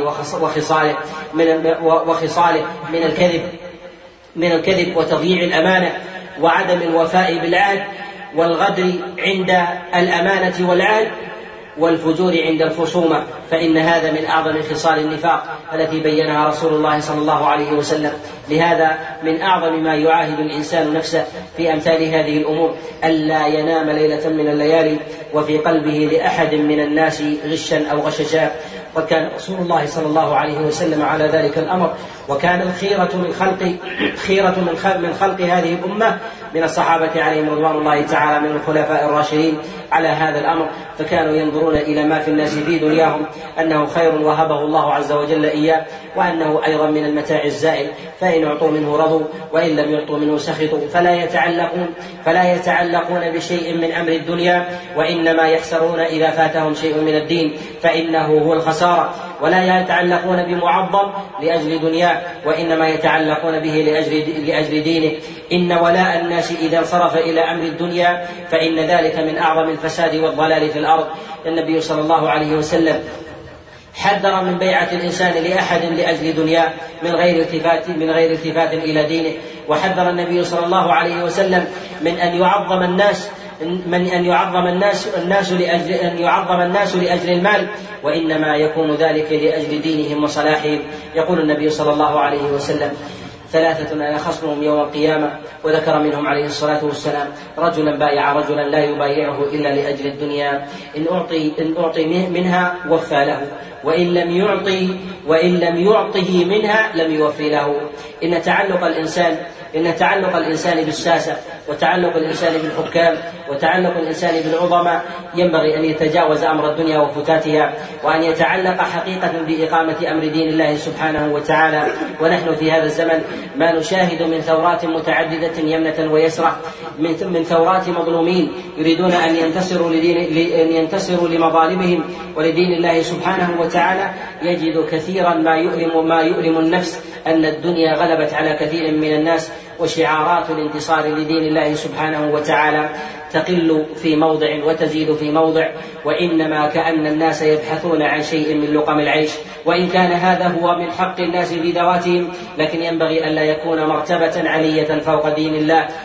وخصاله من الكذب وتضييع الأمانة وعدم الوفاء بالعهد والغدر عند الأمانة والعهد والفجور عند الخصومة، فإن هذا من أعظم خصال النفاق التي بينها رسول الله صلى الله عليه وسلم. لهذا من أعظم ما يعاهد الإنسان نفسه في أمثال هذه الأمور ألا ينام ليلة من الليالي وفي قلبه لأحد من الناس غشا أو غششا. وكان رسول الله صلى الله عليه وسلم على ذلك الأمر، وكان الخيرة من خلق هذه الأمة من الصحابة عليهم رضوان الله تعالى من الخلفاء الراشدين على هذا الأمر، فكانوا ينظرون إلى ما في الناس في دنياهم أنه خير وهبه الله عز وجل إياه، وأنه أيضا من المتاع الزائل، فإن أعطوا منه رضوا وإن لم يعطوا منه سخطوا. فلا يتعلقون بشيء من أمر الدنيا، وإنما يحسرون إذا فاتهم شيء من الدين فإنه هو الخسارة. ولا يتعلقون بمعظم لأجل دنياه، وإنما يتعلقون به لأجل دينه. إن ولاء الناس إذا انصرف إلى أمر الدنيا فإن ذلك من أعظم الفساد والضلال في الأرض. النبي صلى الله عليه وسلم حذر من بيعة الإنسان لأحد لأجل دنياه من غير التفات إلى دينه. وحذر النبي صلى الله عليه وسلم من أن يعظم الناس لأجل المال، وإنما يكون ذلك لأجل دينهم وصلاحهم. يقول النبي صلى الله عليه وسلم: 3 أنا خصمهم يوم القيامة، وذكر منهم عليه الصلاة والسلام: رجلا بايع رجلا لا يبايعه إلا لأجل الدنيا، إن أعطي منها وفى له، وإن لم يعطه منها لم يوفي له. إن تعلق الإنسان بالساسة وتعلق الإنسان بالحكام وتعلق الإنسان بالعظماء ينبغي أن يتجاوز أمر الدنيا وفتاتها، وأن يتعلق حقيقة بإقامة أمر دين الله سبحانه وتعالى. ونحن في هذا الزمن ما نشاهد من ثورات متعددة يمنة ويسرى، من ثورات مظلومين يريدون أن ينتصروا لمظالمهم ولدين الله سبحانه وتعالى. يجد كثيرا ما يؤلم النفس أن الدنيا غلبت على كثير من الناس، وشعارات الانتصار لدين الله سبحانه وتعالى تقل في موضع وتزيد في موضع، وإنما كأن الناس يبحثون عن شيء من لقم العيش، وإن كان هذا هو من حق الناس في ذواتهم، لكن ينبغي أن لا يكون مرتبة علية فوق دين الله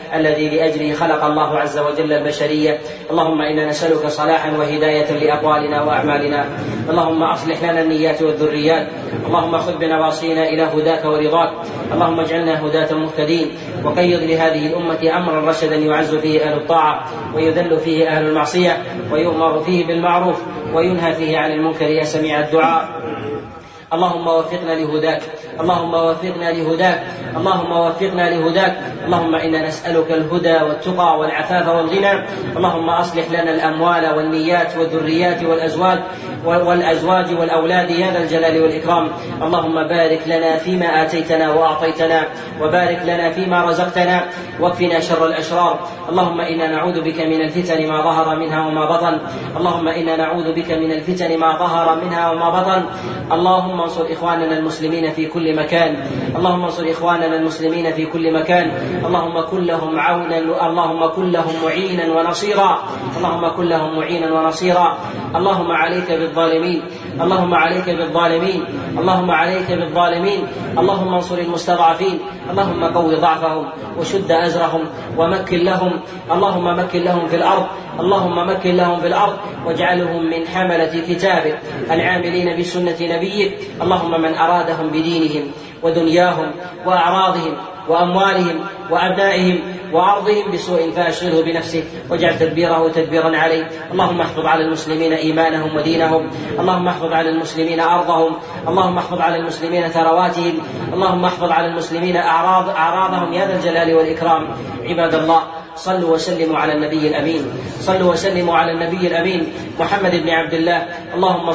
الذي لأجله خلق الله عز وجل البشرية. اللهم إنا نسألك صلاحا وهداية لأقوالنا وأعمالنا. اللهم أصلح لنا النيات والذريات. اللهم خذ بنواصينا إلى هداك ورضاك. اللهم اجعلنا هداة مهتدين، وقيض لهذه الأمة أمرا رشدا يعز فيه أهل الطاعة ويذل فيه أهل المعصية ويؤمر فيه بالمعروف وينهى فيه عن المنكر يا سميع الدعاء. اللهم وفقنا لهداك، اللهم وفقنا لهداك، اللهم وفقنا لهداك. اللهم إنا نسألك الهدى والتقى والعفاف والغنى. اللهم أصلح لنا الأموال والنيات والذريات والأزواج والأولاد يا ذا الجلال والإكرام. اللهم بارك لنا فيما آتيتنا وأعطيتنا، وبارك لنا فيما رزقتنا، واكفنا شر الأشرار. اللهم إنا نعوذ بك من الفتن ما ظهر منها وما بطن. اللهم إنا نعوذ بك من الفتن ما ظهر منها وما بطن. اللهم انصر إخواننا المسلمين في كل مكان. اللهم انصر إخواننا المسلمين في كل مكان. اللهم كن لهم عونا، اللهم كن لهم معينا ونصيرا، اللهم كن لهم معينا ونصيرا. اللهم عليك بالظالمين، اللهم عليك بالظالمين، اللهم عليك بالظالمين. اللهم انصر المستضعفين، اللهم قو ضعفهم وشد أزرهم ومكن لهم، اللهم مكن لهم في الأرض، اللهم مكن لهم في الأرض واجعلهم من حملة كتابك العاملين بسنة نبيك. اللهم من أرادهم بدينهم ودنياهم وأعراضهم وأموالهم وأبنائهم وأرضهم بسوء فأشغله بنفسه واجعل تدبيره تدبيرا عليه. اللهم احفظ على المسلمين إيمانهم ودينهم، اللهم احفظ على المسلمين أرضهم، اللهم احفظ على المسلمين ثرواتهم، اللهم احفظ على المسلمين أعراضهم يا ذا الجلال والإكرام. عباد الله، صلوا وسلموا على النبي الأمين، صلوا وسلموا على النبي الأمين محمد بن عبد الله. اللهم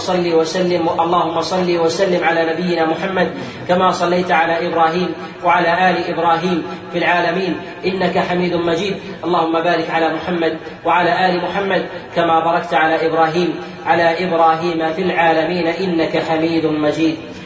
صل وسلم على نبينا محمد كما صليت على إبراهيم وعلى آل إبراهيم في العالمين إنك حميد مجيد. اللهم بارك على محمد وعلى آل محمد كما باركت على إبراهيم في العالمين إنك حميد مجيد.